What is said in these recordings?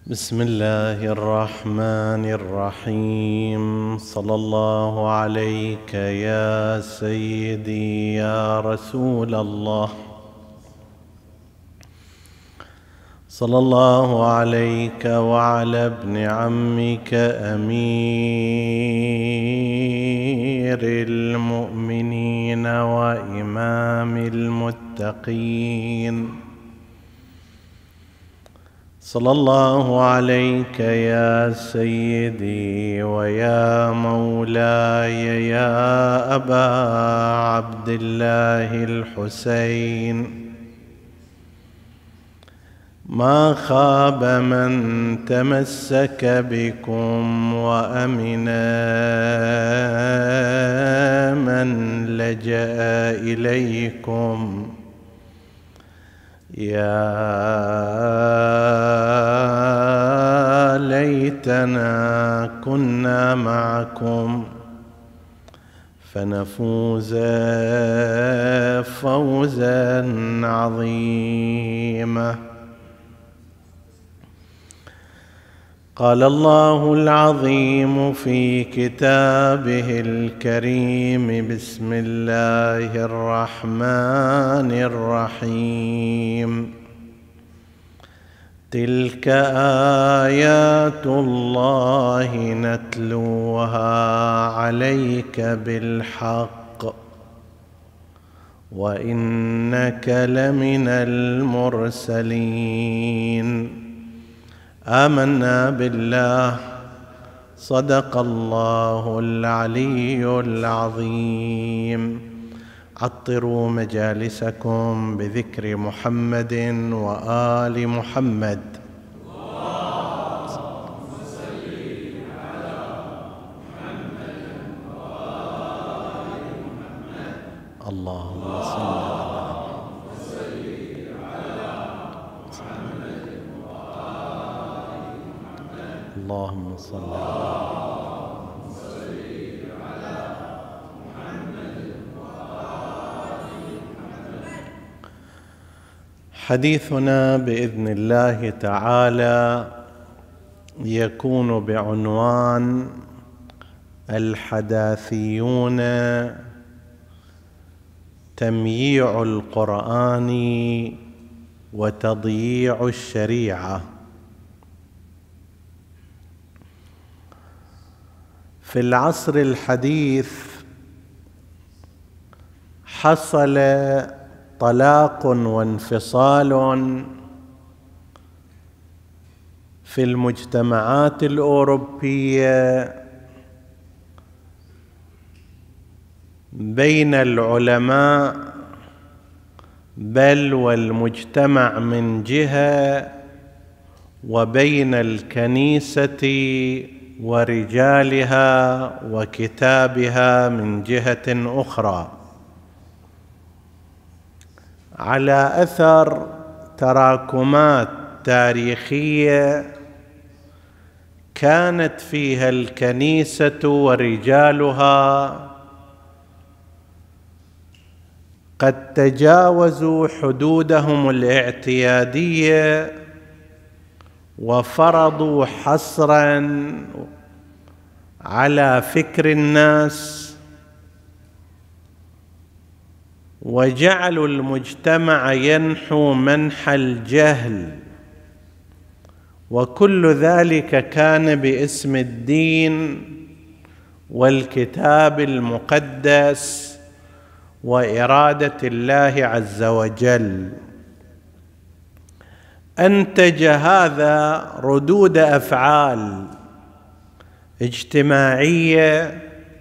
بسم الله الرحمن الرحيم. صلى الله عليك يا سيدي يا رسول الله، صلى الله عليك وعلى ابن عمك أمير المؤمنين وإمام المتقين، صلى الله عليك يا سيدي ويا مولاي يا أبا عبد الله الحسين. ما خاب من تمسك بكم وأمن من لجأ إليكم. يا ليتنا كنا معكم فنفوز فوزا عظيما. قال الله العظيم في كتابه الكريم: بسم الله الرحمن الرحيم. تلك آيات الله نتلوها عليك بالحق وإنك لمن المرسلين. آمنا بالله، صدق الله العلي العظيم. عطروا مجالسكم بذكر محمد وآل محمد. اللهم صل على محمد وآل محمد. اللهم صل اللهم صل على محمد وآل محمد. حديثنا بإذن الله تعالى يكون بعنوان الحداثيون تمييع القرآن وتضييع الشريعة. في العصر الحديث حصل طلاق وانفصال في المجتمعات الأوروبية بين العلماء بل والمجتمع من جهة، وبين الكنيسة ورجالها وكتابها من جهة أخرى، على أثر تراكمات تاريخية كانت فيها الكنيسة ورجالها قد تجاوزوا حدودهم الاعتيادية وفرضوا حصراً على فكر الناس، وجعلوا المجتمع ينحو منحى الجهل، وكل ذلك كان باسم الدين والكتاب المقدس وإرادة الله عز وجل. أنتج هذا ردود أفعال اجتماعية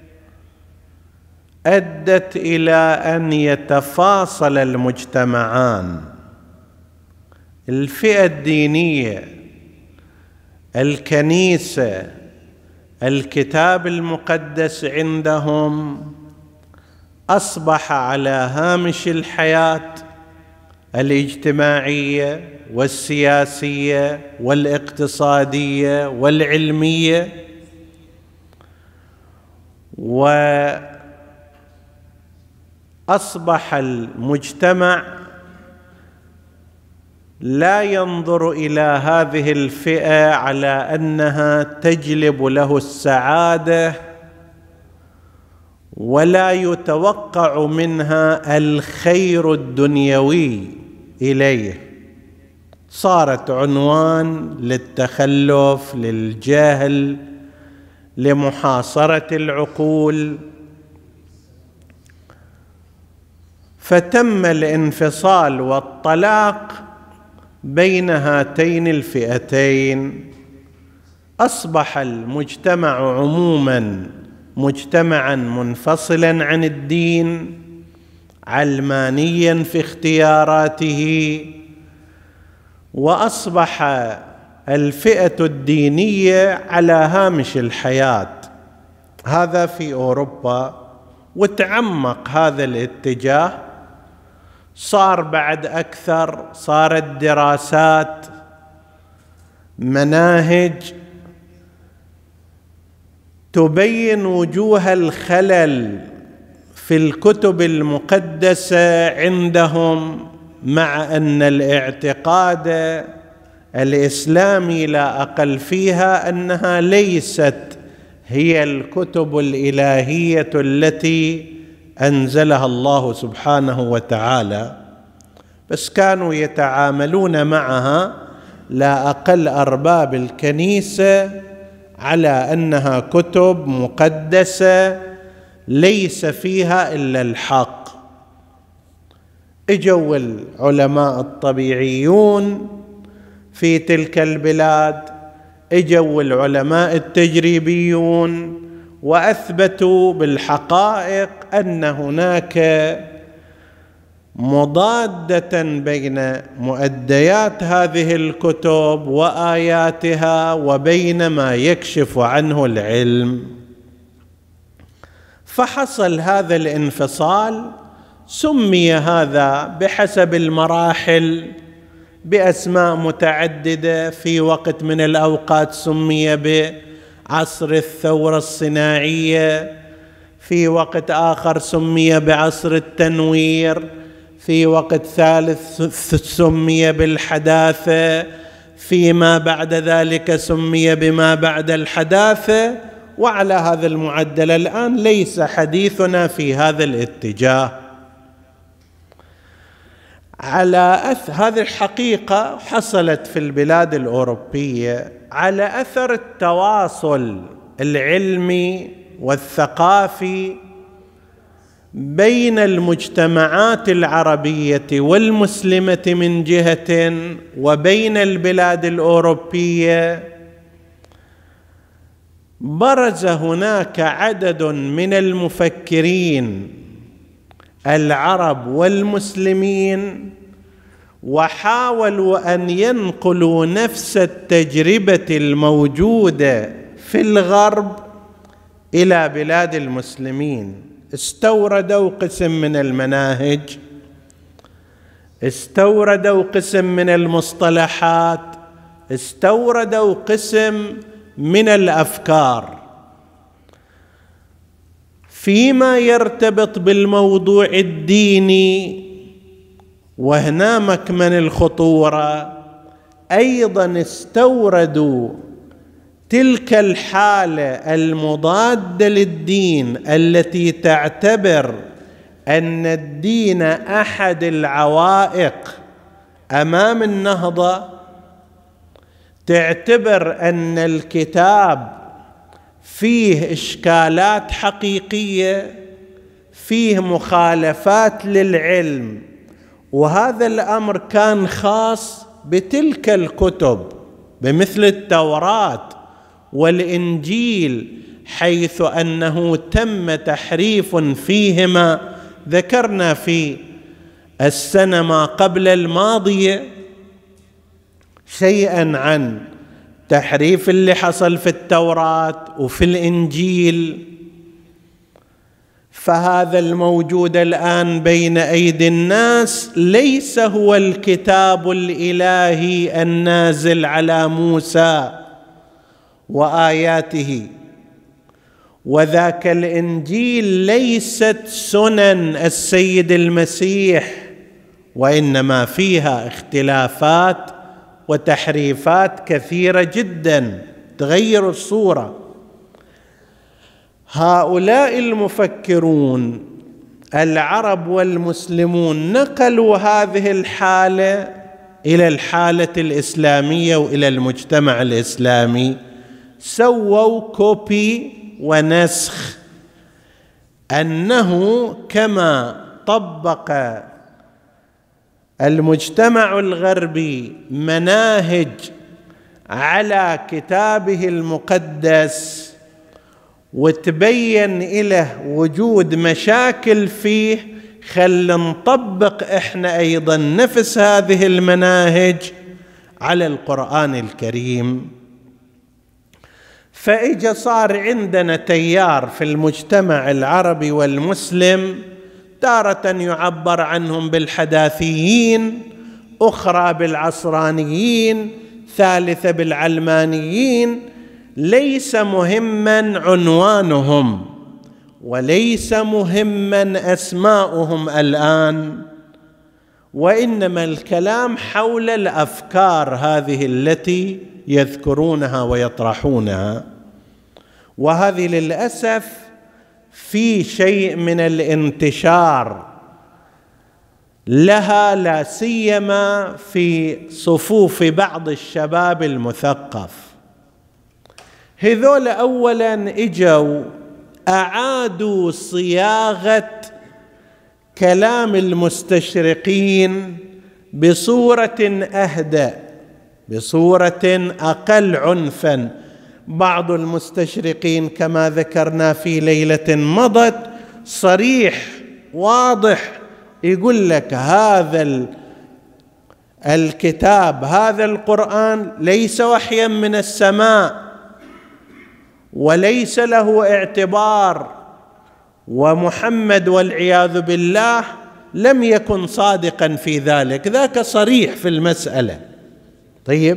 أدت إلى أن يتفاصل المجتمعان. الفئة الدينية، الكنيسة، الكتاب المقدس عندهم أصبح على هامش الحياة الاجتماعية والسياسية والاقتصادية والعلمية، وأصبح المجتمع لا ينظر إلى هذه الفئة على أنها تجلب له السعادة، ولا يتوقع منها الخير الدنيوي إليه. صارت عنوان للتخلف، للجهل، لمحاصرة العقول. فتم الانفصال والطلاق بين هاتين الفئتين. أصبح المجتمع عموما مجتمعا منفصلا عن الدين، علمانيا في اختياراته، وأصبح الفئة الدينية على هامش الحياة. هذا في أوروبا، وتعمق هذا الاتجاه. صار بعد أكثر، صارت دراسات، مناهج تبين وجوه الخلل في الكتب المقدسة عندهم، مع أن الاعتقاد الإسلامي لا أقل فيها أنها ليست هي الكتب الإلهية التي أنزلها الله سبحانه وتعالى، بس كانوا يتعاملون معها لا أقل أرباب الكنيسة على أنها كتب مقدسة ليس فيها إلا الحق. اجوا العلماء الطبيعيون في تلك البلاد، اجوا العلماء التجريبيون، وأثبتوا بالحقائق أن هناك مضادة بين مؤديات هذه الكتب وآياتها وبين ما يكشف عنه العلم. فحصل هذا الانفصال. سمي هذا بحسب المراحل بأسماء متعددة. في وقت من الأوقات سمي بعصر الثورة الصناعية، في وقت آخر سمي بعصر التنوير، في وقت ثالث سمي بالحداثة، فيما بعد ذلك سمي بما بعد الحداثة. وعلى هذا المعدل الآن ليس حديثنا في هذا الاتجاه. هذه الحقيقة حصلت في البلاد الأوروبية على أثر التواصل العلمي والثقافي بين المجتمعات العربية والمسلمة من جهة، وبين البلاد الأوروبية. برز هناك عدد من المفكرين العرب والمسلمين، وحاولوا أن ينقلوا نفس التجربة الموجودة في الغرب إلى بلاد المسلمين. استوردوا قسم من المناهج، استوردوا قسم من المصطلحات، استوردوا قسم من الأفكار. فيما يرتبط بالموضوع الديني، وهنا مكمن الخطورة، أيضا استوردوا تلك الحالة المضادة للدين التي تعتبر أن الدين أحد العوائق أمام النهضة، تعتبر أن الكتاب فيه إشكالات حقيقية، فيه مخالفات للعلم. وهذا الأمر كان خاص بتلك الكتب بمثل التوراة والإنجيل، حيث أنه تم تحريف فيهما. ذكرنا في السنة ما قبل الماضية شيئا عن تحريف اللي حصل في التوراة وفي الإنجيل. فهذا الموجود الآن بين أيدي الناس ليس هو الكتاب الإلهي النازل على موسى وآياته، وذاك الإنجيل ليست سنن السيد المسيح وإنما فيها اختلافات وتحريفات كثيرة جدا تغير الصورة. هؤلاء المفكرون العرب والمسلمون نقلوا هذه الحالة إلى الحالة الإسلامية وإلى المجتمع الإسلامي، سووا كوبي ونسخ، أنه كما طبق المجتمع الغربي مناهج على كتابه المقدس وتبين له وجود مشاكل فيه، خل نطبق احنا ايضا نفس هذه المناهج على القرآن الكريم. فإجا صار عندنا تيار في المجتمع العربي والمسلم، تارة يعبر عنهم بالحداثيين، أخرى بالعصرانيين، ثالثة بالعلمانيين. ليس مهما عنوانهم وليس مهما أسماؤهم الآن، وإنما الكلام حول الأفكار هذه التي يذكرونها ويطرحونها. وهذه للأسف في شيء من الانتشار لها، لا سيما في صفوف بعض الشباب المثقف. هذول أولا اجوا أعادوا صياغة كلام المستشرقين بصورة أهدأ، بصورة أقل عنفا. بعض المستشرقين كما ذكرنا في ليلة مضت صريح واضح، يقول لك هذا الكتاب، هذا القرآن ليس وحيا من السماء وليس له اعتبار، ومحمد والعياذ بالله لم يكن صادقا في ذلك، ذاك صريح في المسألة. طيب،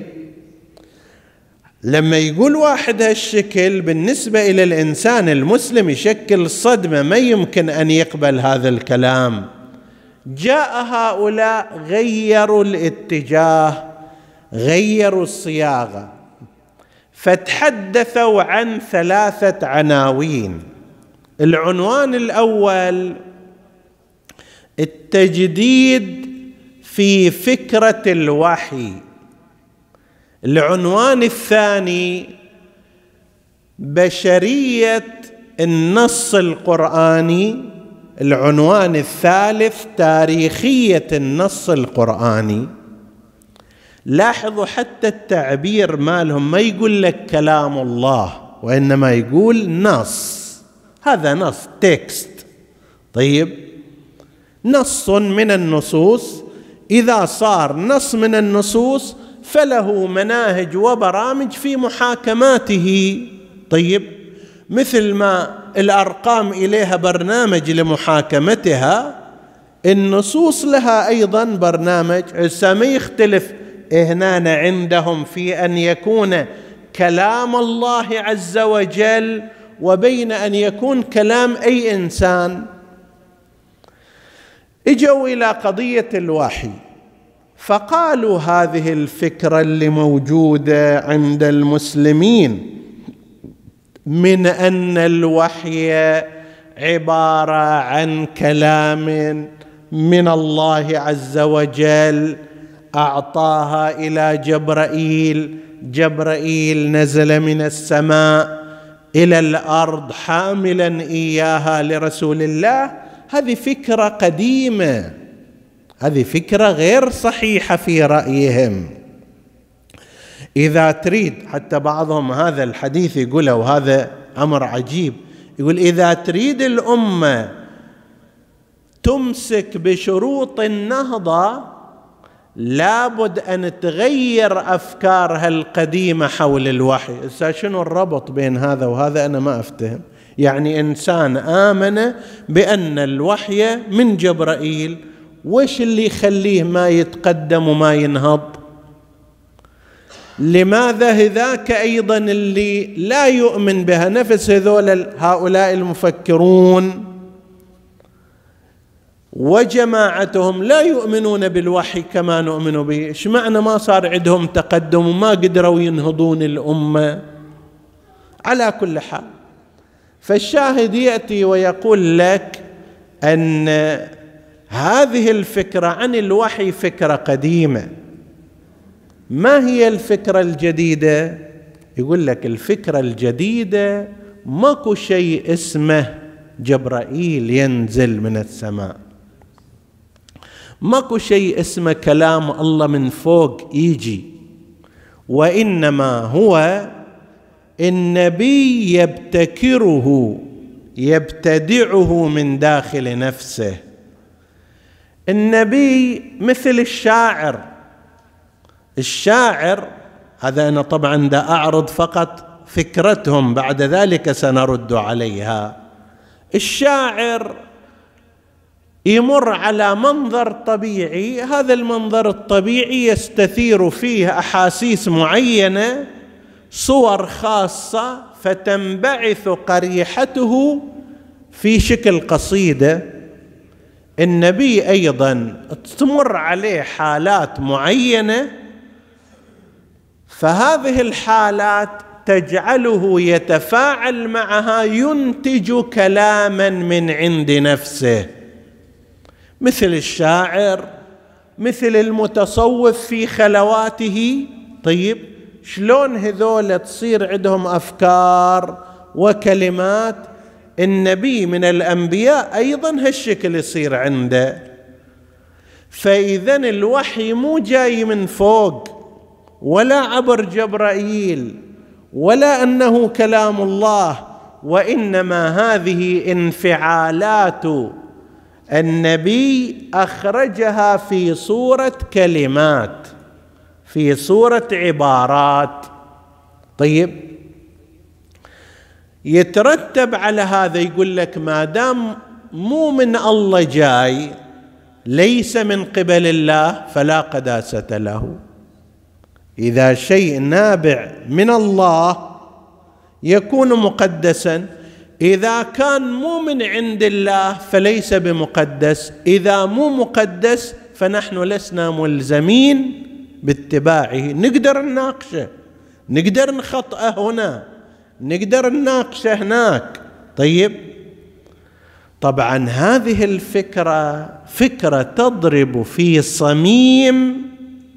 لما يقول واحد هالشكل بالنسبة إلى الإنسان المسلم يشكل صدمة، ما يمكن أن يقبل هذا الكلام. جاء هؤلاء غيروا الاتجاه، غيروا الصياغة، فتحدثوا عن 3 عناوين. العنوان الأول التجديد في فكرة الوحي، العنوان الثاني بشرية النص القرآني، العنوان الثالث تاريخية النص القرآني. لاحظوا حتى التعبير مالهم، ما يقول لك كلام الله وإنما يقول نص، هذا نص تكست. طيب، نص من النصوص، إذا صار نص من النصوص فله مناهج وبرامج في محاكماته. طيب، مثل ما الأرقام إليها برنامج لمحاكمتها، النصوص لها أيضا برنامج. ما يختلف هنا عندهم في أن يكون كلام الله عز وجل وبين أن يكون كلام أي إنسان. اجوا إلى قضية الوحي، فقالوا هذه الفكرة اللي موجودة عند المسلمين من أن الوحي عبارة عن كلام من الله عز وجل أعطاها إلى جبرائيل، جبرائيل نزل من السماء إلى الأرض حاملا إياها لرسول الله، هذه فكرة قديمة، هذه فكرة غير صحيحة في رأيهم. إذا تريد، حتى بعضهم هذا الحديث يقوله وهذا أمر عجيب، يقول إذا تريد الأمة تمسك بشروط النهضة لابد أن تغير أفكارها القديمة حول الوحي. شنو الربط بين هذا وهذا؟ أنا ما أفتهم. يعني إنسان آمن بأن الوحي من جبرائيل، وش اللي يخليه ما يتقدم وما ينهض؟ لماذا هذاك أيضا اللي لا يؤمن بها؟ نفس هؤلاء المفكرون وجماعتهم لا يؤمنون بالوحي كما نؤمن به، إيش معنى ما صار عندهم تقدم وما قدروا ينهضون الأمة؟ على كل حال، فالشاهد يأتي ويقول لك أن هذه الفكرة عن الوحي فكرة قديمة. ما هي الفكرة الجديدة؟ يقول لك الفكرة الجديدة ماكو شيء اسمه جبرائيل ينزل من السماء، ماكو شيء اسمه كلام الله من فوق يجي، وإنما هو النبي يبتكره يبتدعه من داخل نفسه. النبي مثل الشاعر. الشاعر هذا أنا طبعا دا أعرض فقط فكرتهم، بعد ذلك سنرد عليها. الشاعر يمر على منظر طبيعي، هذا المنظر الطبيعي يستثير فيه أحاسيس معينة، صور خاصة، فتنبعث قريحته في شكل قصيدة. النبي أيضا تمر عليه حالات معينة، فهذه الحالات تجعله يتفاعل معها، ينتج كلاما من عند نفسه، مثل الشاعر، مثل المتصوف في خلواته. طيب شلون هذول تصير عندهم أفكار وكلمات؟ النبي من الأنبياء أيضا هالشكل يصير عنده. فإذن الوحي مو جاي من فوق ولا عبر جبرائيل ولا أنه كلام الله، وإنما هذه انفعالات النبي أخرجها في صورة كلمات، في صورة عبارات. طيب يترتب على هذا، يقول لك ما دام مو من الله جاي، ليس من قبل الله، فلا قداسة له. إذا شيء نابع من الله يكون مقدسا، إذا كان مو من عند الله فليس بمقدس. إذا مو مقدس فنحن لسنا ملزمين باتباعه. نقدر نناقشه، نقدر نخطئه هنا، نقدر نناقشه هناك. طيب طبعا هذه الفكرة فكرة تضرب في صميم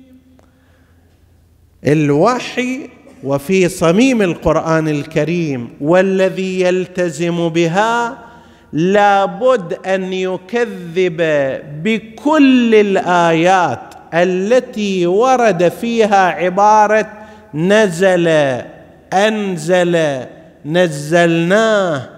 الوحي وفي صميم القرآن الكريم، والذي يلتزم بها لابد أن يكذب بكل الآيات التي ورد فيها عبارة نزل، أنزل، نزلناه،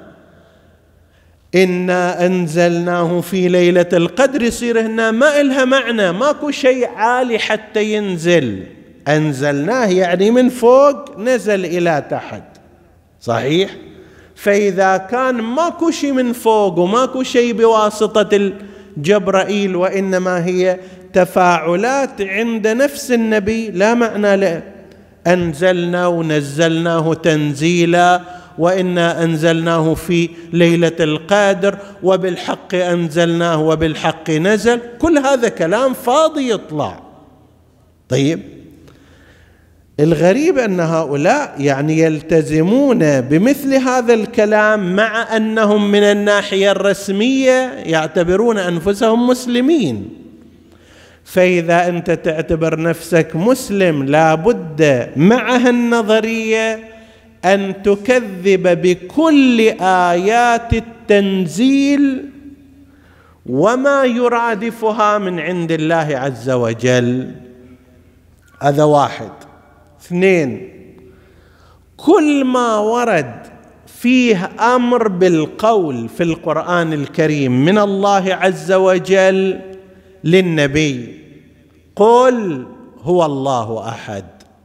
إنا أنزلناه في ليلة القدر. يصير هنا ما إلها معنى، ماكو شيء عالي حتى ينزل. أنزلناه يعني من فوق نزل إلى تحت، صحيح؟ فإذا كان ماكو شيء من فوق وماكو شيء بواسطة الجبرائيل، وإنما هي تفاعلات عند نفس النبي، لا معنى له. أنزلنا ونزلناه تنزيلا، وإنا أنزلناه في ليلة القدر، وبالحق أنزلناه وبالحق نزل، كل هذا كلام فاضي يطلع. طيب الغريب أن هؤلاء يعني يلتزمون بمثل هذا الكلام، مع أنهم من الناحية الرسمية يعتبرون أنفسهم مسلمين. فإذا أنت تعتبر نفسك مسلم لابد مع النظرية أن تكذب بكل آيات التنزيل وما يرادفها من عند الله عز وجل. هذا واحد. اثنين، كل ما ورد فيه أمر بالقول في القرآن الكريم من الله عز وجل للنبي، قل هو الله أحد،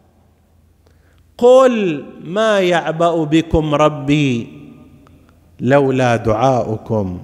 قل ما يعبأ بكم ربي لولا دعاؤكم.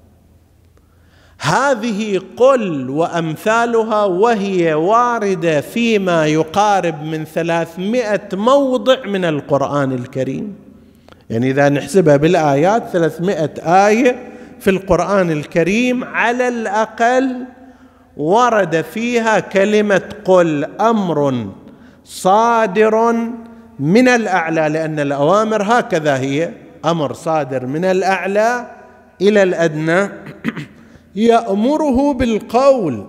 هذه قل وأمثالها، وهي واردة فيما يقارب من 300 موضع من القرآن الكريم. يعني إذا نحسبها بالآيات 300 آية في القرآن الكريم على الأقل ورد فيها كلمة قل، أمر صادر من الأعلى، لأن الأوامر هكذا هي، أمر صادر من الأعلى إلى الأدنى يأمره بالقول.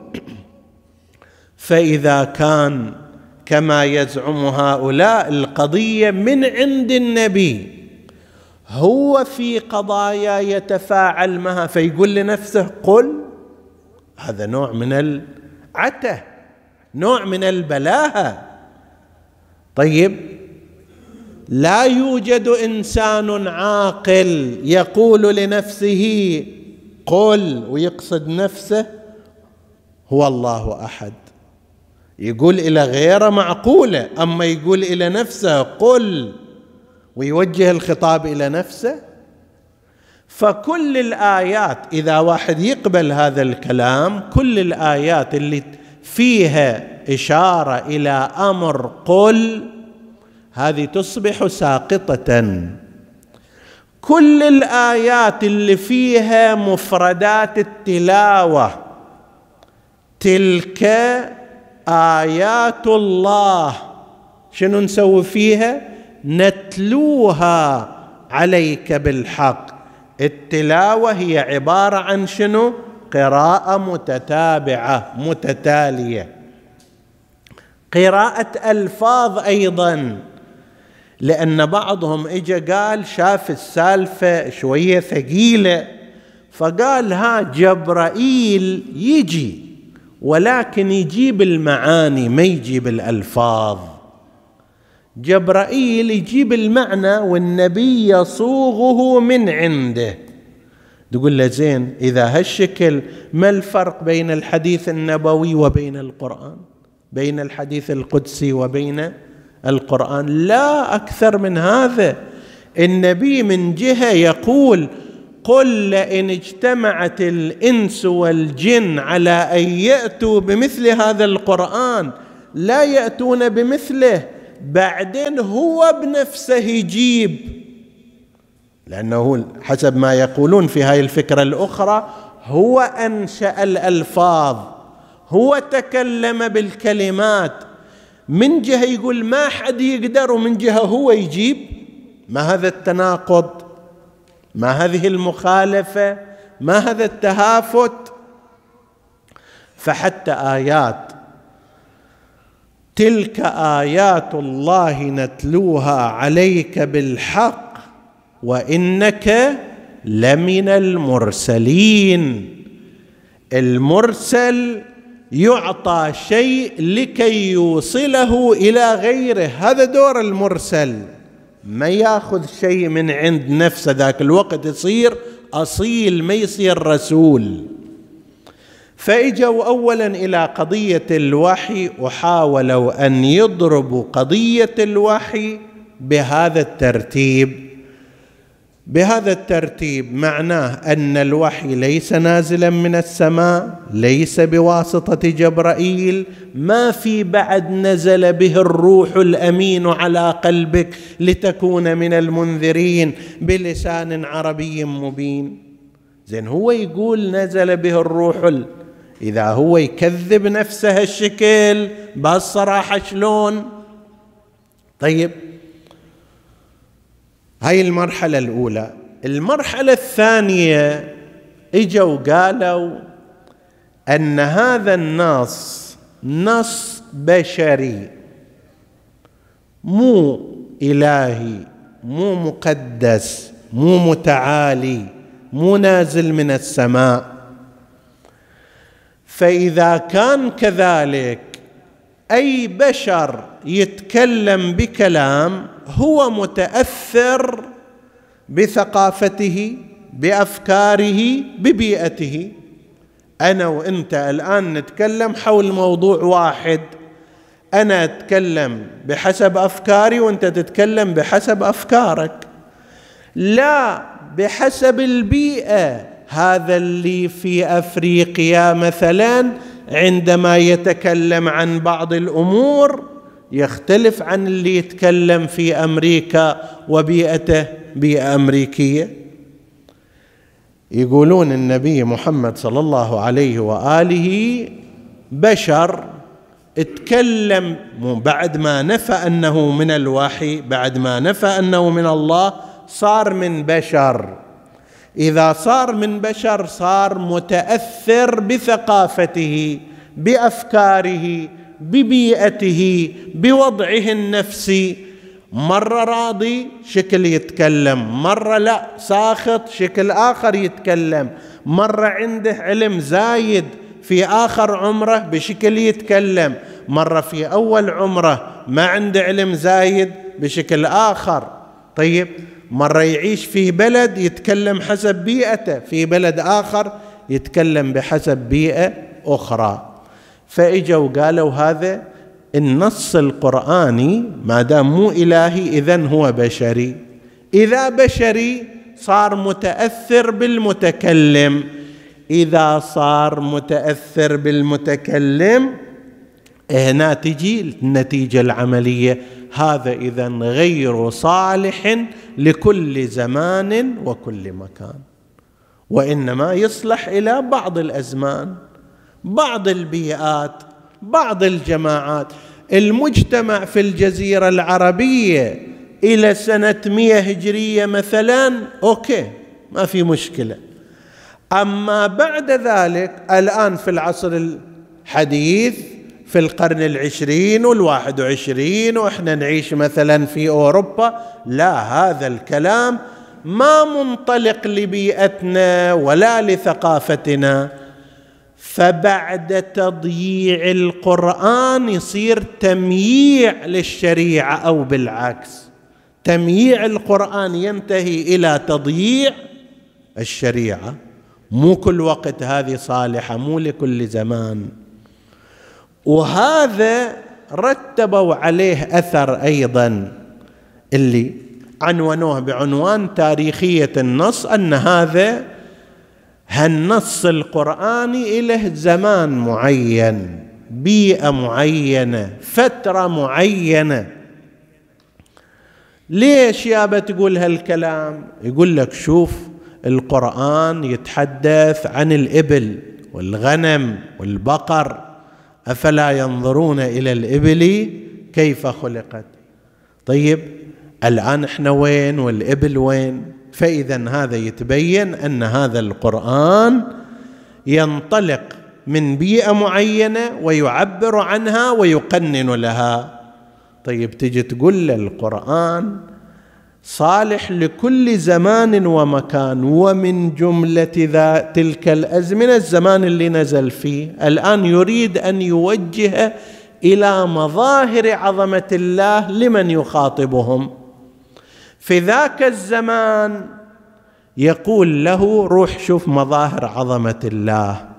فإذا كان كما يزعم هؤلاء القضية من عند النبي، هو في قضايا يتفاعل معها فيقول لنفسه قل، هذا نوع من العته، نوع من البلاهة. طيب، لا يوجد إنسان عاقل يقول لنفسه قل ويقصد نفسه هو الله أحد، يقول إلى غيره معقولة، أما يقول إلى نفسه قل ويوجه الخطاب إلى نفسه. فكل الآيات، إذا واحد يقبل هذا الكلام، كل الآيات اللي فيها إشارة إلى أمر قل هذه تصبح ساقطة. كل الآيات اللي فيها مفردات التلاوة، تلك آيات الله، شنو نسوي فيها؟ نتلوها عليك بالحق. التلاوة هي عبارة عن شنو؟ قراءة متتابعة متتالية، قراءة ألفاظ أيضا، لأن بعضهم إجا قال شاف السالفة شوية ثقيلة فقال ها جبرائيل يجي ولكن يجيب المعاني ما يجيب الألفاظ. جبرائيل يجيب المعنى والنبي يصوغه من عنده. تقول له زين، إذا هالشكل ما الفرق بين الحديث النبوي وبين القرآن، بين الحديث القدسي وبين القرآن؟ لا أكثر من هذا. النبي من جهة يقول قل لئن اجتمعت الإنس والجن على أن يأتوا بمثل هذا القرآن لا يأتون بمثله. بعدين هو بنفسه يجيب، لأنه حسب ما يقولون في هاي الفكرة الأخرى هو أنشأ الألفاظ، هو تكلم بالكلمات. من جهة يقول ما حد يقدر، ومن جهة هو يجيب. ما هذا التناقض؟ ما هذه المخالفة؟ ما هذا التهافت؟ فحتى آيات تلك آيات الله نتلوها عليك بالحق وإنك لمن المرسلين. المرسل يعطى شيء لكي يوصله إلى غيره، هذا دور المرسل، ما ياخذ شيء من عند نفسه، ذاك الوقت يصير أصيل ما يصير رسول. فإجوا أولا إلى قضية الوحي وحاولوا أن يضربوا قضية الوحي بهذا الترتيب. بهذا الترتيب معناه أن الوحي ليس نازلا من السماء، ليس بواسطة جبرائيل، ما في بعد نزل به الروح الأمين على قلبك لتكون من المنذرين بلسان عربي مبين. زين، هو يقول نزل به الروح إذا هو يكذب نفسه الشكل بالصراحة شلون؟ طيب، هاي المرحلة الأولى. المرحلة الثانية اجوا قالوا أن هذا النص نص بشري، مو إلهي، مو مقدس، مو متعالي، مو نازل من السماء. فإذا كان كذلك أي بشر يتكلم بكلام هو متأثر بثقافته، بأفكاره، ببيئته. أنا وإنت الآن نتكلم حول موضوع واحد، أنا أتكلم بحسب أفكاري وإنت تتكلم بحسب أفكارك، لا بحسب البيئة. هذا اللي في أفريقيا مثلا عندما يتكلم عن بعض الأمور يختلف عن اللي يتكلم في أمريكا وبيئته بيئة أمريكية. يقولون النبي محمد صلى الله عليه وآله بشر، اتكلم بعد ما نفى أنه من الوحي، بعد ما نفى أنه من الله، صار من بشر. إذا صار من بشر صار متأثر بثقافته، بأفكاره، ببيئته، بوضعه النفسي. مرة راضي شكل يتكلم، مرة لا ساخط شكل آخر يتكلم، مرة عنده علم زايد في آخر عمره بشكل يتكلم، مرة في أول عمره ما عنده علم زايد بشكل آخر. طيب مرة يعيش في بلد يتكلم حسب بيئته، في بلد آخر يتكلم بحسب بيئة أخرى. فإجوا وقالوا هذا النص القرآني ما دام مو إلهي إذن هو بشري. إذا بشري صار متأثر بالمتكلم، إذا صار متأثر بالمتكلم هنا تجي النتيجة العملية، هذا إذن غير صالح لكل زمان وكل مكان، وإنما يصلح إلى بعض الأزمان، بعض البيئات، بعض الجماعات. المجتمع في الجزيرة العربية إلى سنة 100 هجرية مثلا أوكي ما في مشكلة، أما بعد ذلك الآن في العصر الحديث في القرن 20 وال21 وإحنا نعيش مثلا في أوروبا، لا، هذا الكلام ما منطلق لبيئتنا ولا لثقافتنا. فبعد تضييع القرآن يصير تمييع للشريعة، أو بالعكس تمييع القرآن ينتهي إلى تضييع الشريعة. مو كل وقت هذه صالحة، مو لكل زمان. وهذا رتبوا عليه أثر أيضا اللي عنونوه بعنوان تاريخية النص، أن هذا هالنص القرآني له زمان معين، بيئة معينة، فترة معينة. ليش يابا تقول هالكلام؟ يقول لك شوف القرآن يتحدث عن الإبل والغنم والبقر، أفلا ينظرون إلى الإبل كيف خلقت. طيب الآن احنا وين والإبل وين؟ فإذا هذا يتبين أن هذا القرآن ينطلق من بيئة معينة ويعبر عنها ويقنن لها. طيب تجي تقول القرآن صالح لكل زمان ومكان، ومن جملة تلك الأزمنة الزمان اللي نزل فيه. الآن يريد أن يوجه إلى مظاهر عظمة الله لمن يخاطبهم في ذاك الزمان، يقول له روح شوف مظاهر عظمة الله،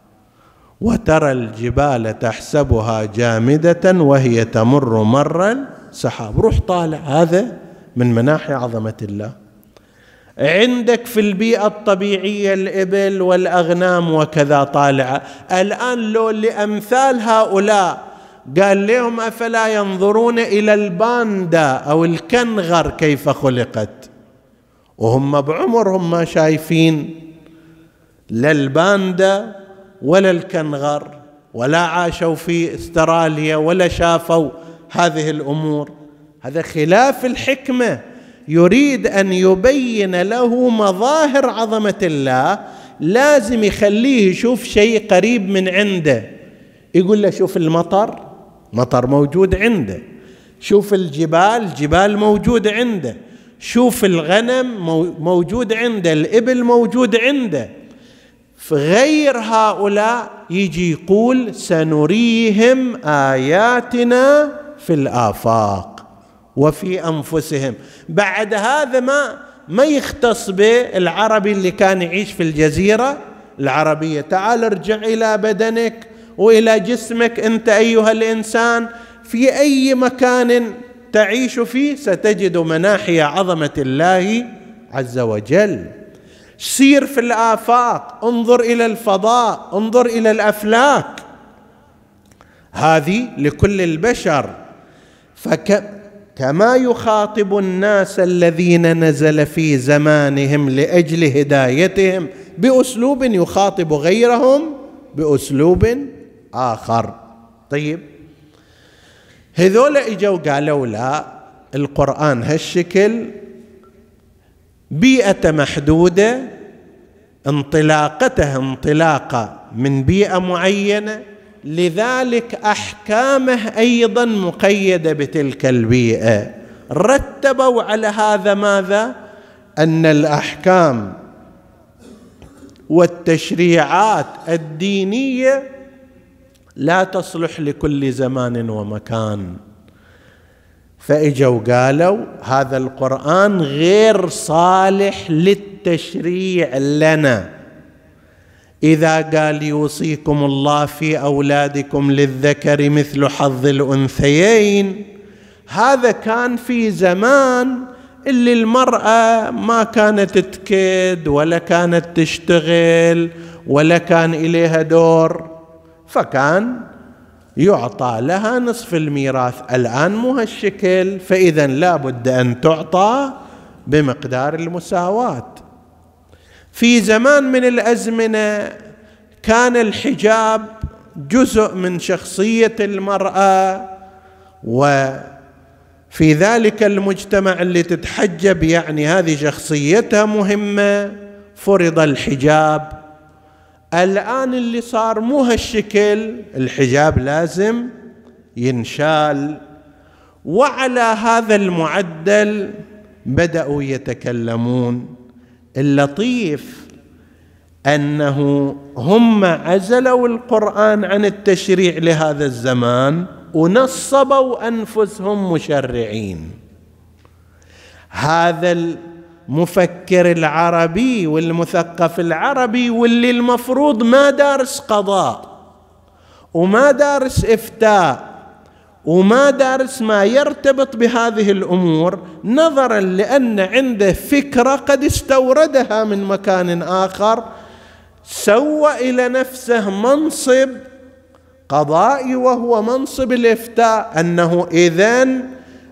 وترى الجبال تحسبها جامدة وهي تمر مر السحاب. روح طالع، هذا من مناحي عظمة الله. عندك في البيئة الطبيعية الإبل والأغنام وكذا طالعة. الآن لو لأمثال هؤلاء قال لهم أفلا ينظرون إلى الباندا أو الكنغر كيف خلقت، وهم بعمرهم ما شايفين لا الباندا ولا الكنغر، ولا عاشوا في استراليا ولا شافوا هذه الأمور. هذا خلاف الحكمة. يريد أن يبين له مظاهر عظمة الله، لازم يخليه يشوف شيء قريب من عنده. يقول له شوف المطر، مطر موجود عنده، شوف الجبال، جبال موجود عنده، شوف الغنم موجود عنده، الإبل موجود عنده. فغير هؤلاء يجي يقول سنريهم آياتنا في الآفاق وفي أنفسهم. بعد هذا ما يختص بالعربي اللي كان يعيش في الجزيرة العربية. تعال ارجع إلى بدنك وإلى جسمك أنت أيها الإنسان، في أي مكان تعيش فيه ستجد مناحي عظمة الله عز وجل. سير في الآفاق، انظر إلى الفضاء، انظر إلى الأفلاك، هذه لكل البشر. كما يخاطب الناس الذين نزل في زمانهم لأجل هدايتهم بأسلوب يخاطب غيرهم بأسلوب آخر. طيب هذول اجوا قالوا لا، القرآن هالشكل، بيئة محدودة، انطلاقته انطلاقة من بيئة معينة، لذلك أحكامه أيضا مقيدة بتلك البيئة. رتبوا على هذا ماذا؟ أن الأحكام والتشريعات الدينية لا تصلح لكل زمان ومكان، فإجوا قالوا هذا القرآن غير صالح للتشريع لنا. إذا قال يوصيكم الله في أولادكم للذكر مثل حظ الأنثيين، هذا كان في زمان اللي المرأة ما كانت تكد ولا كانت تشتغل ولا كان إليها دور، فكان يعطى لها نصف الميراث. الآن مو هالشكل، فإذا لا بد أن تعطى بمقدار المساواة. في زمان من الأزمنة كان الحجاب جزء من شخصية المرأة، وفي ذلك المجتمع اللي تتحجب يعني هذه شخصيتها مهمة، فرض الحجاب. الآن اللي صار مو هالشكل، الحجاب لازم ينشال. وعلى هذا المعدل بدأوا يتكلمون. اللطيف أنه هم عزلوا القرآن عن التشريع لهذا الزمان ونصبوا أنفسهم مشرعين. هذا المفكر العربي والمثقف العربي واللي المفروض ما دارس قضاء وما دارس إفتاء وما دارس ما يرتبط بهذه الأمور، نظرا لأن عنده فكرة قد استوردها من مكان آخر، سوى إلى نفسه منصب قضائي وهو منصب الإفتاء، أنه إذن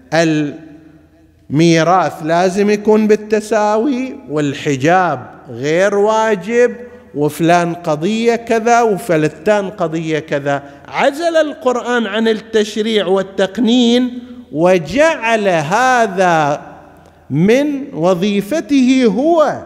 الميراث لازم يكون بالتساوي والحجاب غير واجب وفلان قضية كذا وفلتان قضية كذا. عزل القرآن عن التشريع والتقنين وجعل هذا من وظيفته هو.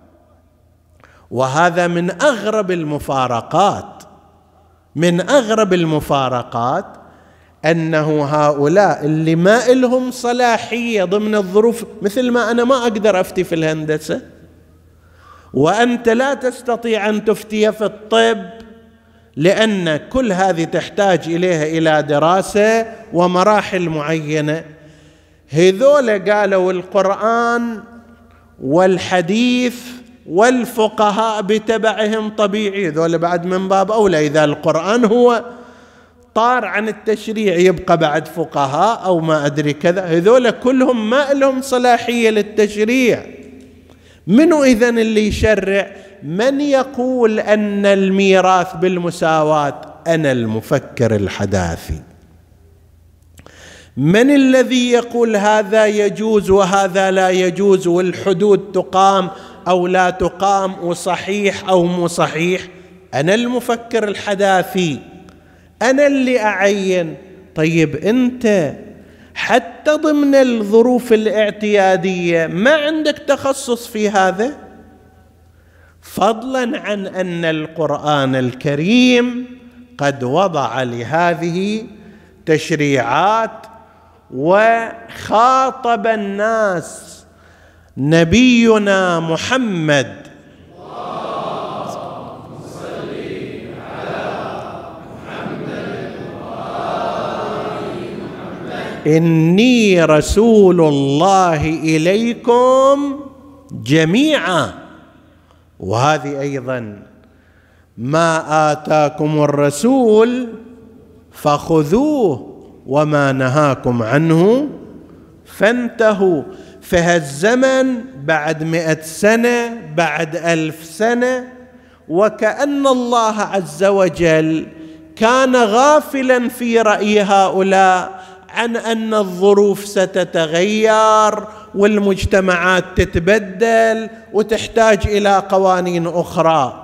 وهذا من أغرب المفارقات، من أغرب المفارقات أنه هؤلاء اللي ما إلهم صلاحية ضمن الظروف، مثل ما أنا ما أقدر أفتي في الهندسة وأنت لا تستطيع أن تفتي في الطب، لأن كل هذه تحتاج إليها إلى دراسة ومراحل معينة. هذول قالوا القرآن والحديث والفقهاء بتبعهم طبيعي، هذول بعد من باب أولى. إذا القرآن هو طار عن التشريع يبقى بعد فقهاء أو ما أدري كذا، هذول كلهم ما لهم صلاحية للتشريع. منو إذن اللي يشرع؟ من يقول أن الميراث بالمساواة؟ أنا المفكر الحداثي. من الذي يقول هذا يجوز وهذا لا يجوز والحدود تقام أو لا تقام وصحيح أو مو صحيح؟ أنا المفكر الحداثي، أنا اللي أعين. طيب أنت حتى ضمن الظروف الاعتيادية ما عندك تخصص في هذا، فضلا عن أن القرآن الكريم قد وضع لهذه تشريعات وخاطب الناس. نبينا محمد إني رسول الله إليكم جميعا، وهذه أيضا ما آتاكم الرسول فخذوه وما نهاكم عنه فانتهوا. فهالزمن بعد 100 سنة بعد 1000 سنة، وكأن الله عز وجل كان غافلا في رأي هؤلاء عن أن الظروف ستتغير والمجتمعات تتبدل وتحتاج إلى قوانين أخرى.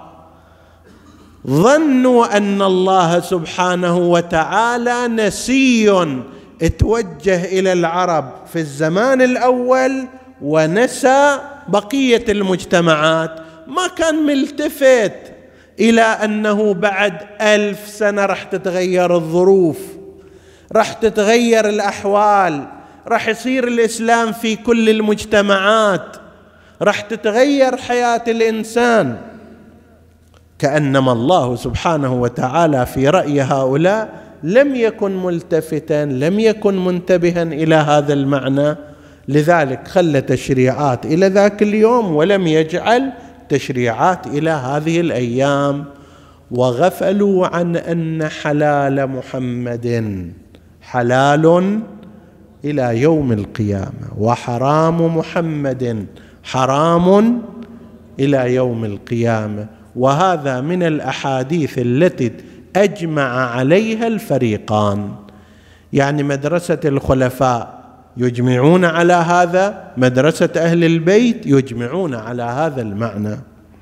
ظنوا أن الله سبحانه وتعالى نسي اتوجه إلى العرب في الزمان الأول ونسى بقية المجتمعات، ما كان ملتفت إلى أنه بعد 1000 سنة رح تتغير الظروف، رح تتغير الأحوال، رح يصير الإسلام في كل المجتمعات، رح تتغير حياة الإنسان. كأنما الله سبحانه وتعالى في رأي هؤلاء لم يكن ملتفتا، لم يكن منتبها إلى هذا المعنى، لذلك خلى تشريعات إلى ذاك اليوم ولم يجعل تشريعات إلى هذه الأيام. وغفلوا عن أن حلال محمد حلال إلى يوم القيامة، وحرام محمد حرام إلى يوم القيامة. وهذا من الأحاديث التي أجمع عليها الفريقان، يعني مدرسة الخلفاء يجمعون على هذا، مدرسة أهل البيت يجمعون على هذا المعنى.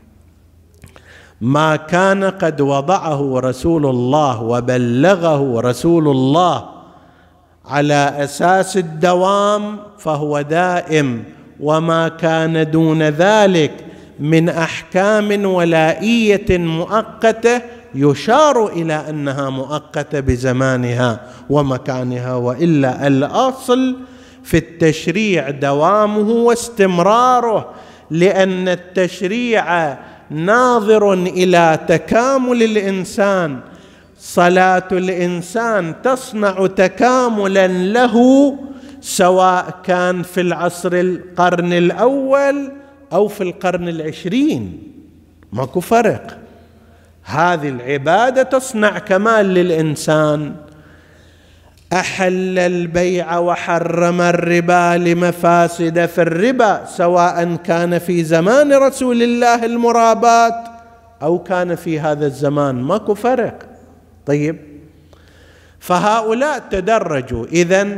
ما كان قد وضعه رسول الله وبلغه رسول الله على أساس الدوام فهو دائم، وما كان دون ذلك من أحكام ولائية مؤقتة يشار إلى أنها مؤقتة بزمانها ومكانها، وإلا الأصل في التشريع دوامه واستمراره، لأن التشريع ناظر إلى تكامل الإنسان. صلاة الإنسان تصنع تكاملا له سواء كان في القرن الأول أو في القرن 20، ماكو فرق. هذه العبادة تصنع كمال للإنسان. أحل البيع وحرم الربا لمفاسد في الربا، سواء كان في زمان رسول الله المرابات أو كان في هذا الزمان، ماكو فرق. طيب، فهؤلاء تدرجوا. إذن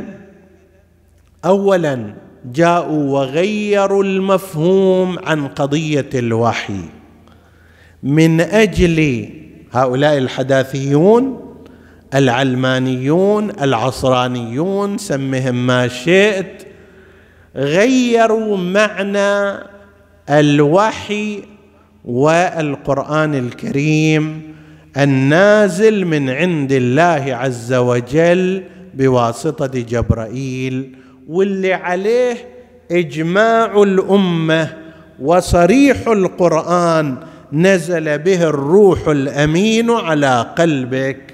أولا جاءوا وغيروا المفهوم عن قضية الوحي من أجل هؤلاء الحداثيون العلمانيون العصرانيون، سمهم ما شئت، غيروا معنى الوحي والقرآن الكريم النازل من عند الله عز وجل بواسطة جبرائيل، واللي عليه إجماع الأمة وصريح القرآن نزل به الروح الأمين على قلبك.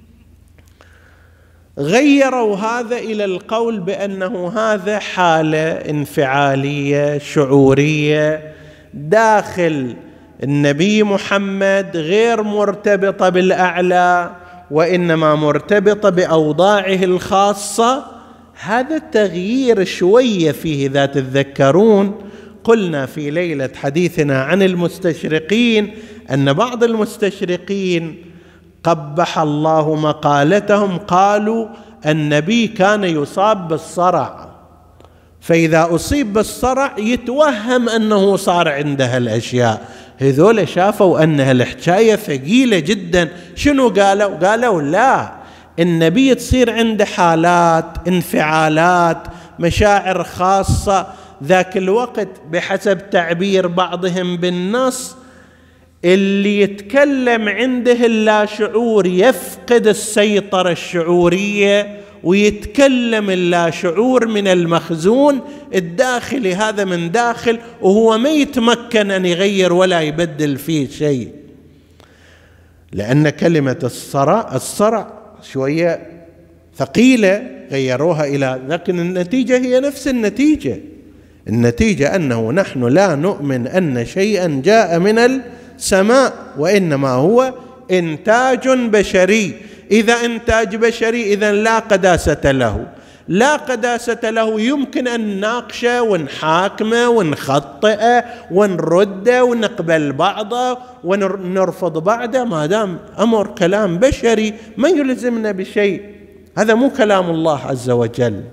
غيروا هذا إلى القول بأنه هذا حالة انفعالية شعورية داخل النبي محمد، غير مرتبطة بالأعلى وإنما مرتبطة بأوضاعه الخاصة. هذا التغيير شوية فيه. إذا تتذكرون قلنا في ليلة حديثنا عن المستشرقين أن بعض المستشرقين قبح الله مقالتهم قالوا النبي كان يصاب بالصرع، فإذا أصيب بالصرع يتوهم أنه صار عنده الأشياء. هذول شافوا أنها الحكاية ثقيلة جدا. شنو قالوا؟ قالوا لا، النبي تصير عنده حالات انفعالات مشاعر خاصة ذاك الوقت، بحسب تعبير بعضهم بالنص اللي يتكلم عنده اللاشعور يفقد السيطرة الشعورية ويتكلم اللاشعور من المخزون الداخلي، هذا من داخل، وهو ما يتمكن أن يغير ولا يبدل فيه شيء. لأن كلمة الصرع شوية ثقيلة غيروها إلى، لكن النتيجة هي نفس النتيجة أنه نحن لا نؤمن أن شيئا جاء من السماء، وإنما هو إنتاج بشري. إذا إنتاج بشري إذن لا قداسة له، لا قداسة له، يمكن أن نناقشه ونحاكمه ونخطئه ونرده ونقبل بعضه ونرفض بعضه، ما دام أمر كلام بشري ما يلزمنا بشيء. هذا مو كلام الله عز وجل.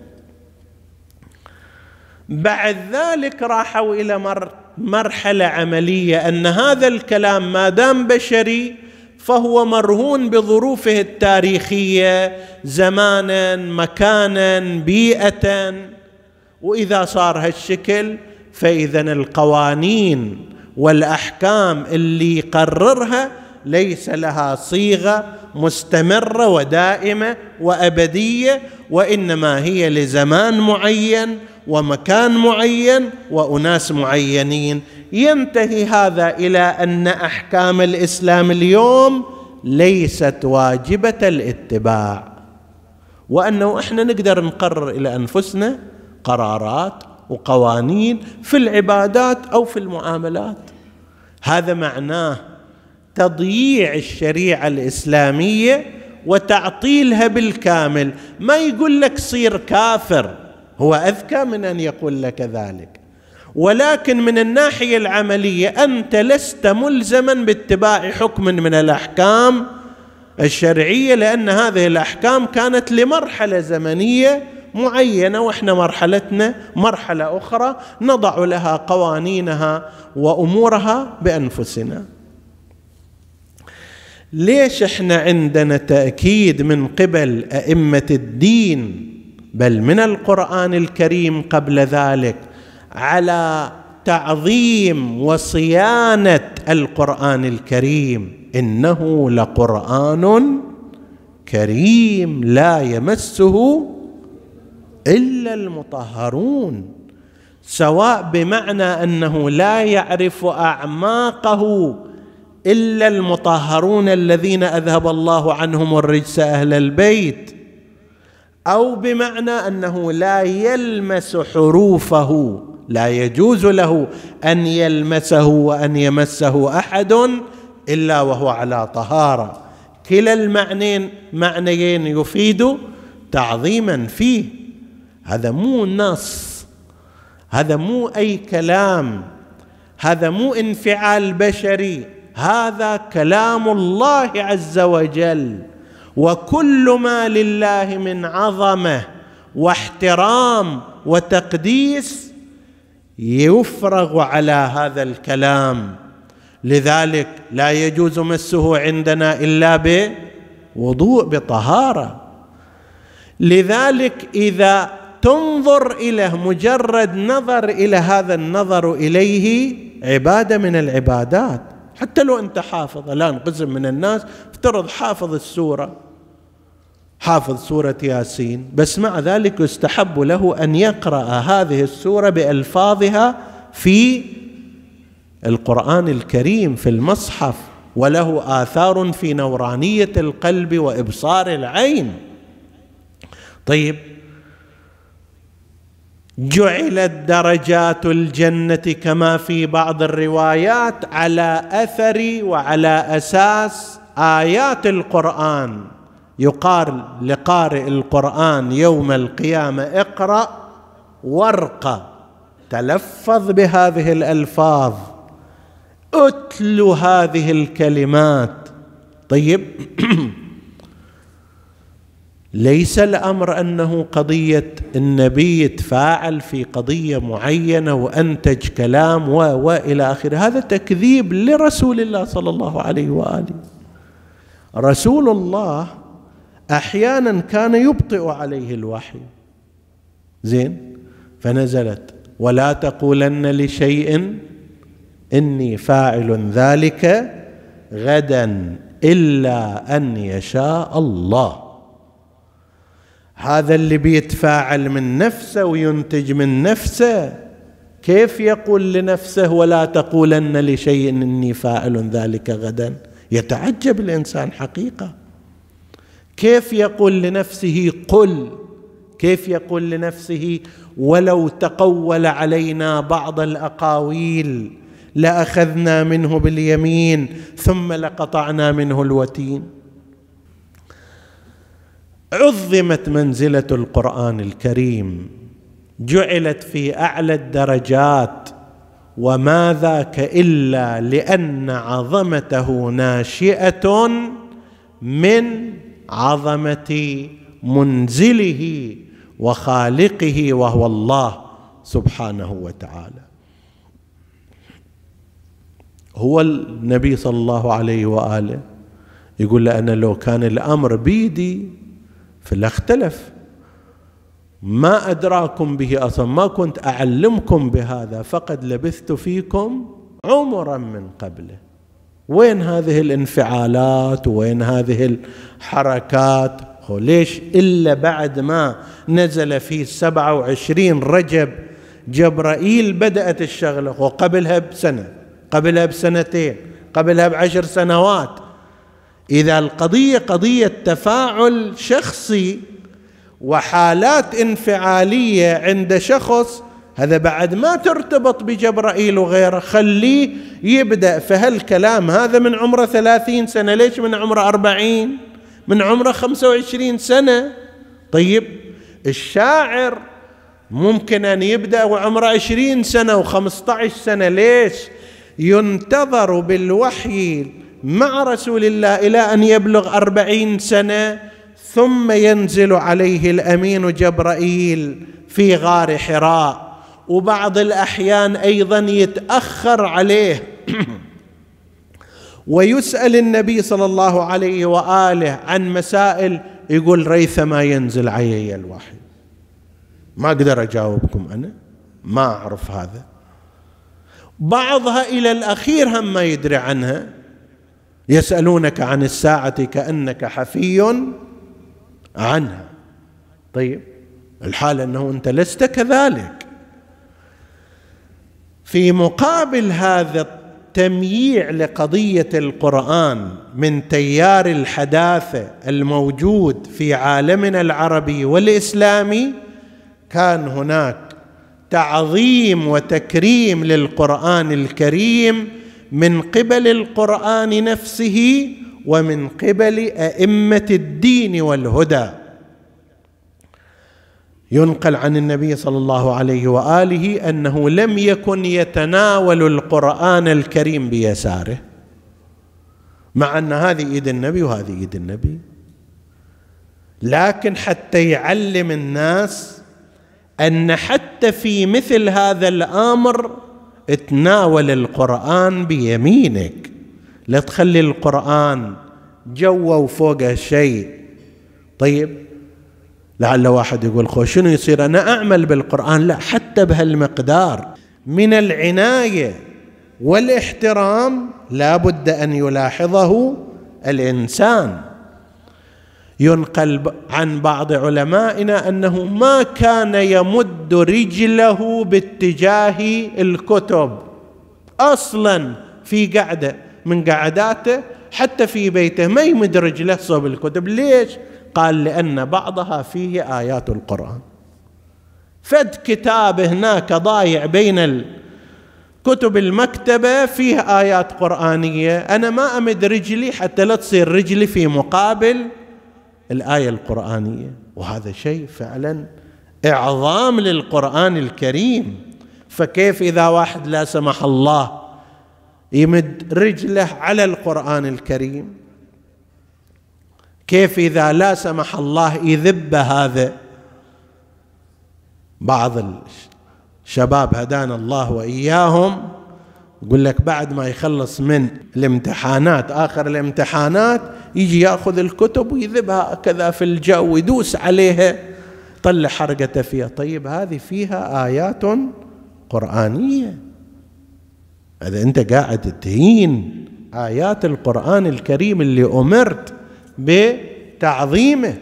بعد ذلك راحوا إلى مرحلة عملية، أن هذا الكلام ما دام بشري فهو مرهون بظروفه التاريخية، زمانا، مكانا، بيئة، وإذا صار هالشكل فإذا القوانين والأحكام اللي يقررها ليس لها صيغة مستمرة ودائمة وأبدية، وإنما هي لزمان معين ومكان معين وأناس معينين. ينتهي هذا إلى أن أحكام الإسلام اليوم ليست واجبة الاتباع، وأنه إحنا نقدر نقرر إلى أنفسنا قرارات وقوانين في العبادات أو في المعاملات. هذا معناه تضييع الشريعة الإسلامية وتعطيلها بالكامل. ما يقول لك صير كافر، هو أذكى من أن يقول لك ذلك، ولكن من الناحية العملية أنت لست ملزما باتباع حكم من الأحكام الشرعية، لأن هذه الأحكام كانت لمرحلة زمنية معينة، وإحنا مرحلتنا مرحلة أخرى نضع لها قوانينها وأمورها بأنفسنا. ليش إحنا عندنا تأكيد من قبل أئمة الدين بل من القرآن الكريم قبل ذلك على تعظيم وصيانة القرآن الكريم؟ إنه لقرآن كريم لا يمسه إلا المطهرون، سواء بمعنى أنه لا يعرف أعماقه إلا المطهرون الذين أذهب الله عنهم الرجس أهل البيت، أو بمعنى أنه لا يلمس حروفه، لا يجوز له أن يلمسه وأن يمسه أحد إلا وهو على طهارة. كلا المعنيين يفيد تعظيما فيه. هذا مو نص، هذا مو أي كلام، هذا مو انفعال بشري، هذا كلام الله عز وجل. وكل ما لله من عظمة واحترام وتقديس يفرغ على هذا الكلام، لذلك لا يجوز مسه عندنا إلا بوضوء بطهارة. لذلك إذا تنظر إليه مجرد نظر إلى هذا النظر إليه عبادة من العبادات، حتى لو أنت حافظ. الآن قسم من الناس افترض حافظ السورة، حافظ سورة ياسين، بس مع ذلك يستحب له أن يقرأ هذه السورة بألفاظها في القرآن الكريم في المصحف، وله آثار في نورانية القلب وإبصار العين. طيب، جعلت درجات الجنة كما في بعض الروايات على أثر وعلى أساس آيات القرآن. يقال لقارئ القرآن يوم القيامة اقرأ وارقى، تلفظ بهذه الألفاظ، أتل هذه الكلمات. طيب ليس الأمر أنه قضية النبي يتفاعل في قضية معينة وأنتج كلام وإلى آخره، هذا تكذيب لرسول الله صلى الله عليه وآله. رسول الله أحيانا كان يبطئ عليه الوحي، زين، فنزلت ولا تقولن لشيء إني فاعل ذلك غدا إلا أن يشاء الله. هذا اللي بيتفاعل من نفسه وينتج من نفسه، كيف يقول لنفسه ولا تقولن لشيء إني فاعل ذلك غدا؟ يتعجب الإنسان حقيقة. كيف يقول لنفسه قل؟ كيف يقول لنفسه ولو تقول علينا بعض الأقاويل لأخذنا منه باليمين ثم لقطعنا منه الوتين؟ عظمت منزلة القرآن الكريم، جعلت في أعلى الدرجات، وما ذاك إلا لأن عظمته ناشئة من عظمة منزله وخالقه وهو الله سبحانه وتعالى. هو النبي صلى الله عليه وآله يقول له أنا لو كان الأمر بيدي فلا اختلف، ما أدراكم به أصلا، ما كنت أعلمكم بهذا، فقد لبثت فيكم عمرا من قبله. وين هذه الانفعالات وين هذه الحركات؟ ليش إلا بعد ما نزل في 27 رجب جبرائيل بدأت الشغلة، وقبلها بسنة، قبلها بسنتين، قبلها ب10 سنوات. إذا القضية قضية تفاعل شخصي وحالات انفعالية عند شخص، هذا بعد ما ترتبط بجبرائيل وغيره، خليه يبدأ. فهالكلام هذا من عمره 30 سنة، ليش من عمره 40؟ من عمره 25 سنة. طيب الشاعر ممكن أن يبدأ وعمره 20 سنة و15 سنة، ليش؟ ينتظر بالوحي مع رسول الله إلى أن يبلغ 40 سنة، ثم ينزل عليه الأمين جبرائيل في غار حراء. وبعض الأحيان أيضا يتأخر عليه ويسأل النبي صلى الله عليه وآله عن مسائل، يقول ريثما ينزل علي الوحي. ما أقدر أجاوبكم، أنا ما أعرف هذا. بعضها إلى الأخير هم ما يدري عنها. يسألونك عن الساعة كأنك حفي عنها. طيب الحال أنه أنت لست كذلك. في مقابل هذا التمييع لقضية القرآن من تيار الحداثة الموجود في عالمنا العربي والإسلامي، كان هناك تعظيم وتكريم للقرآن الكريم من قبل القرآن نفسه ومن قبل أئمة الدين والهدى. ينقل عن النبي صلى الله عليه وآله أنه لم يكن يتناول القرآن الكريم بيساره، مع أن هذه إيد النبي وهذه إيد النبي، لكن حتى يعلم الناس أن حتى في مثل هذا الأمر اتناول القرآن بيمينك، لا تخلي القرآن جوا وفوقه شيء. طيب لعل واحد يقول شنو يصير أنا أعمل بالقرآن؟ لا، حتى بهالمقدار من العناية والاحترام لا بد أن يلاحظه الإنسان. ينقل عن بعض علمائنا أنه ما كان يمد رجله باتجاه الكتب أصلا في قعدة من قعداته، حتى في بيته ما يمد رجله صوب الكتب. ليش؟ قال لأن بعضها فيه آيات القرآن، فد كتاب هناك ضايع بين كتب المكتبة فيه آيات قرآنية، أنا ما أمد رجلي حتى لا تصير رجلي في مقابل الآية القرآنية. وهذا شيء فعلا إعظام للقرآن الكريم. فكيف إذا واحد لا سمح الله يمد رجله على القرآن الكريم؟ كيف إذا لا سمح الله يذب هذا؟ بعض الشباب هدانا الله وإياهم يقول لك بعد ما يخلص من الامتحانات، آخر الامتحانات، يجي يأخذ الكتب ويذبها كذا في الجو ويدوس عليها طلع حرقته فيها. طيب هذه فيها آيات قرآنية، هذا أنت قاعد تهين آيات القرآن الكريم اللي أمرت بتعظيمه.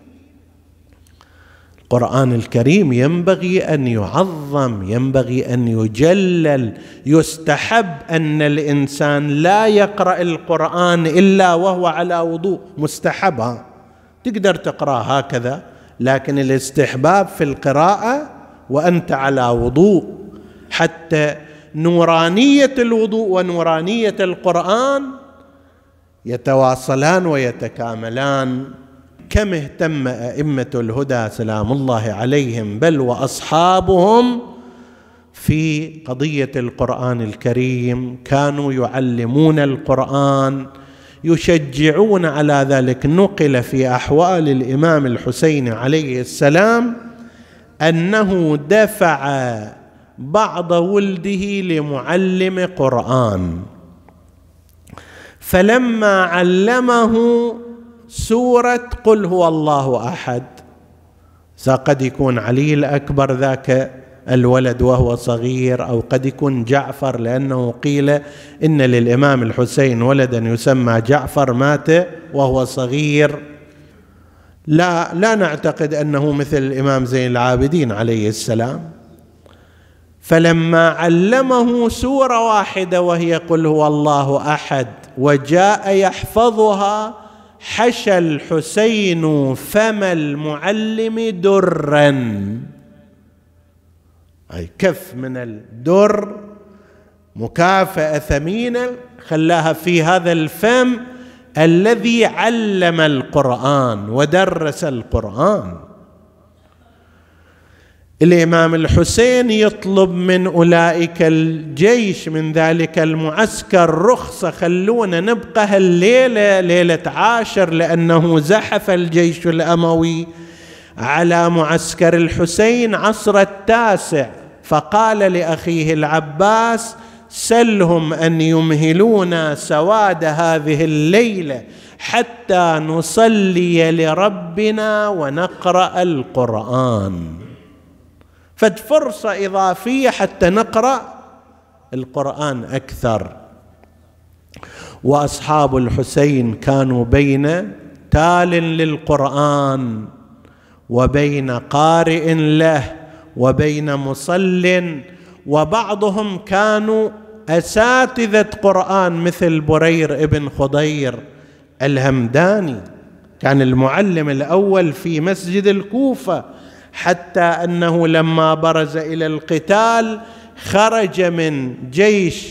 القرآن الكريم ينبغي أن يعظم، ينبغي أن يجلل. يستحب أن الإنسان لا يقرأ القرآن إلا وهو على وضوء، مستحب، تقدر تقرأ هكذا، لكن الاستحباب في القراءة وأنت على وضوء، حتى نورانية الوضوء ونورانية القرآن يتواصلان ويتكاملان. كم اهتم أئمة الهدى سلام الله عليهم بل وأصحابهم في قضية القرآن الكريم، كانوا يعلمون القرآن، يشجعون على ذلك. نقل في أحوال الإمام الحسين عليه السلام أنه دفع بعض ولده لمعلم قرآن، فلما علمه سورة قل هو الله أحد، قد يكون علي الأكبر ذاك الولد وهو صغير، أو قد يكون جعفر، لأنه قيل إن للإمام الحسين ولدا يسمى جعفر مات وهو صغير. لا نعتقد أنه مثل الإمام زين العابدين عليه السلام. فلما علمه سورة واحدة وهي قل هو الله أحد وجاء يحفظها، حشى الحسين فم المعلم درا، أي كف من الدر، مكافأة ثمينة خلاها في هذا الفم الذي علم القرآن ودرس القرآن. الإمام الحسين يطلب من أولئك الجيش من ذلك المعسكر رخصة، خلونا نبقى هالليلة ليلة 10، لأنه زحف الجيش الأموي على معسكر الحسين عصر 9. فقال لأخيه العباس سلهم أن يمهلونا سواد هذه الليلة حتى نصلي لربنا ونقرأ القرآن، ففرصة إضافية حتى نقرأ القرآن أكثر. وأصحاب الحسين كانوا بين تال للقرآن وبين قارئ له وبين مصل، وبعضهم كانوا أساتذة قرآن مثل برير ابن خضير الهمداني، كان المعلم الأول في مسجد الكوفة، حتى أنه لما برز إلى القتال خرج من جيش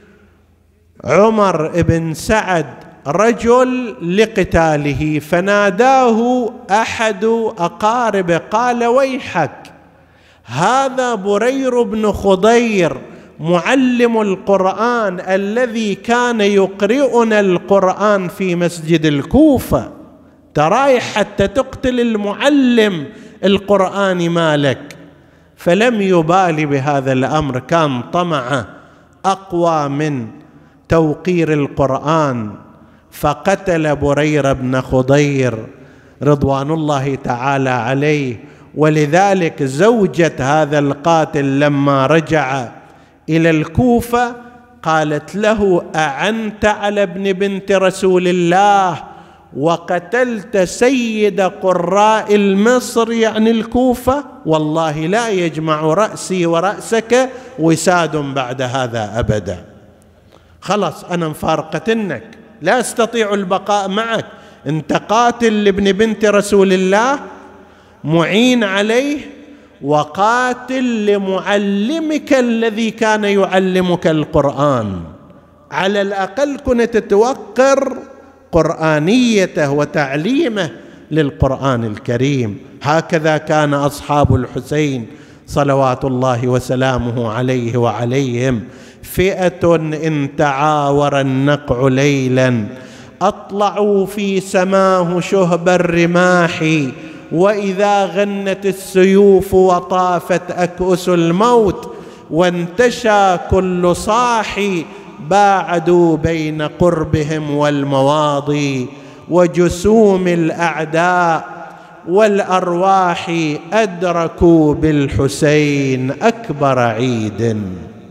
عمر بن سعد رجل لقتاله، فناداه أحد أقاربه قال ويحك، هذا برير بن خضير معلم القرآن الذي كان يقرئنا القرآن في مسجد الكوفة، ترايح حتى تقتل المعلم القرآن مالك. فلم يبالي بهذا الأمر، كان طمعه أقوى من توقير القرآن، فقتل برير بن خضير رضوان الله تعالى عليه. ولذلك زوجة هذا القاتل لما رجع إلى الكوفة قالت له أعنت على ابن بنت رسول الله وقتلت سيد قراء المصر يعني الكوفة، والله لا يجمع رأسي ورأسك وساد بعد هذا أبدا، خلاص أنا مفارقتنك، لا أستطيع البقاء معك، أنت قاتل لابن بنت رسول الله، معين عليه، وقاتل لمعلمك الذي كان يعلمك القرآن، على الأقل كنت تتوقر قرآنيته وتعليمه للقرآن الكريم. هكذا كان أصحاب الحسين صلوات الله وسلامه عليه وعليهم، فئة إن تعاور النقع ليلا أطلعوا في سماه شهب الرماح، وإذا غنت السيوف وطافت أكؤس الموت وانتشى كل صاحي، باعدوا بين قربهم والمواضي وجسوم الأعداء والأرواح، أدركوا بالحسين أكبر عيد.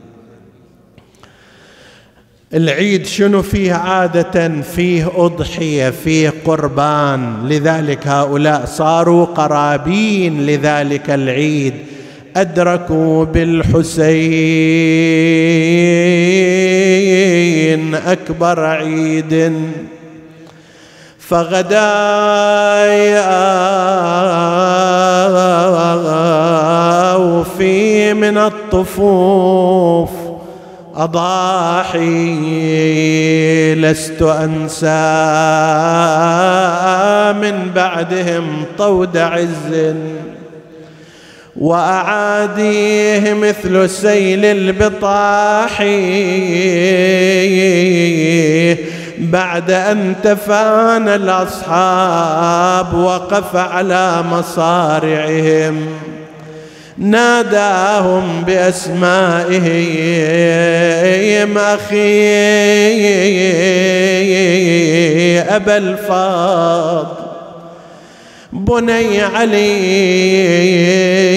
العيد شنو فيه؟ عادة فيه أضحية، فيه قربان، لذلك هؤلاء صاروا قرابين لذلك العيد. أدركوا بالحسين أكبر عيد، فغدا وفي من الطفوف أضاحي، لست أنسى من بعدهم طود عز، وأعاديه مثل سيل البطاح، بعد أن تفانى الأصحاب وقف على مصارعهم، ناداهم بأسمائهم: أخي أبا الفاضل، بني علي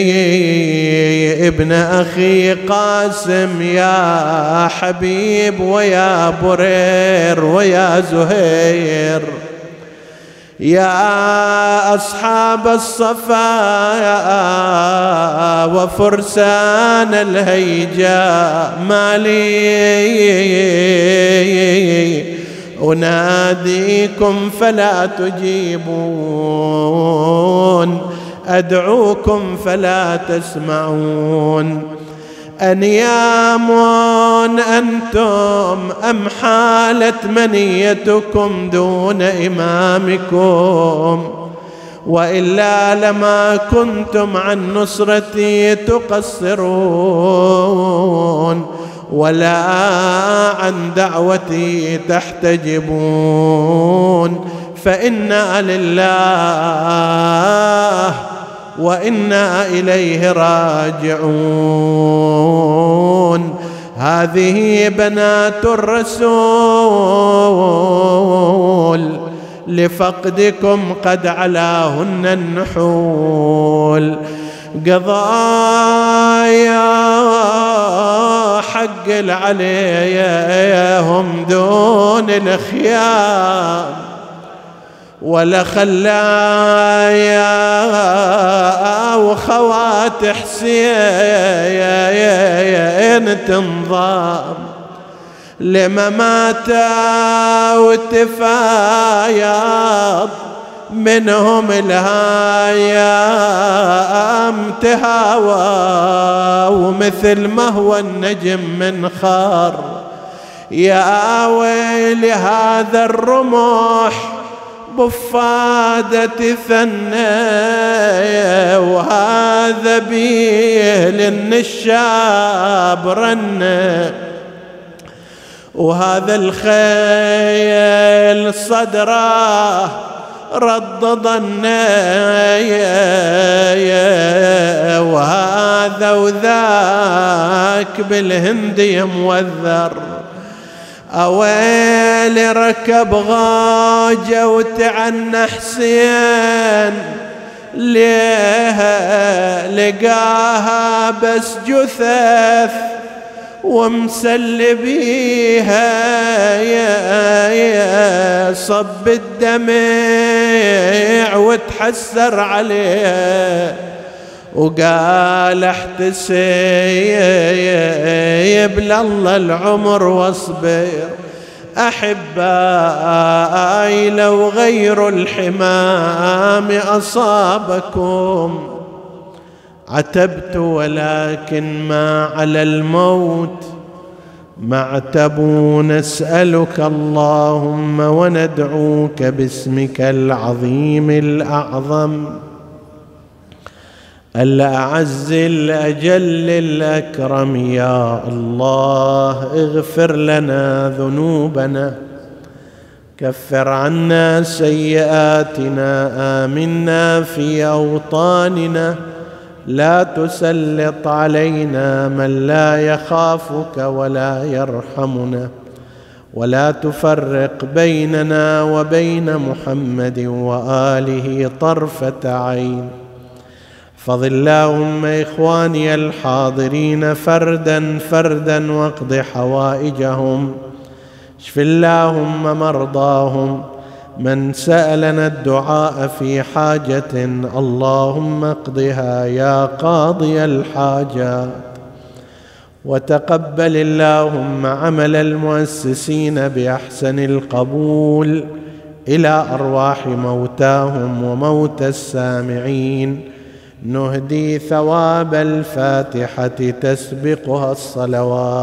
ابن أخي قاسم، يا حبيب ويا برير ويا زهير، يا أصحاب الصفا وفرسان الهيجاء، ما لي أناديكم فلا تجيبون، أدعوكم فلا تسمعون، أنيام أنتم أم حالت منيتكم دون إمامكم؟ وإلا لما كنتم عن نصرتي تقصرون، ولا عن دعوتي تحتجبون، فإنا لله وإنا إليه راجعون. هذه بنات الرسول، لفقدكم قد علاهن النحول، قضايا حق عليهم دون الخيام، ولا خلايا وخوات حسين تنظام، لما ماتا وتفايض منهم الهايام تهاوى، ومثل ما هو النجم من خار. يا ويل هذا الرمح بفادة ثنى، وهذا بيه للنشاب رنى، وهذا الخيل صدره رضض النايا، وهذا وذاك بالهندي موذر. أويل ركب غاجة وتعنى حسين، ليها لقاها بس جثث ومسل بيها، يا صب الدمع وتحسر عليها، وقال احتسب لله العمر واصبر، أحبائي لو غير الحمام أصابكم، عتبت ولكن ما على الموت معتب، نسألك اللهم وندعوك باسمك العظيم الأعظم الأعز الأجل الأكرم. يا الله اغفر لنا ذنوبنا، كفر عنا سيئاتنا، آمنا في أوطاننا، لا تسلط علينا من لا يخافك ولا يرحمنا، ولا تفرق بيننا وبين محمد وآله طرفة عين. احفظ اللهم إخواني الحاضرين فردا فردا، واقض حوائجهم، اشف اللهم مرضاهم، من سألنا الدعاء في حاجة اللهم اقضها يا قاضي الحاجات. وتقبل اللهم عمل المؤسسين بأحسن القبول إلى أرواح موتاهم وموتى السامعين. نهدي ثواب الفاتحة تسبقها الصلوات.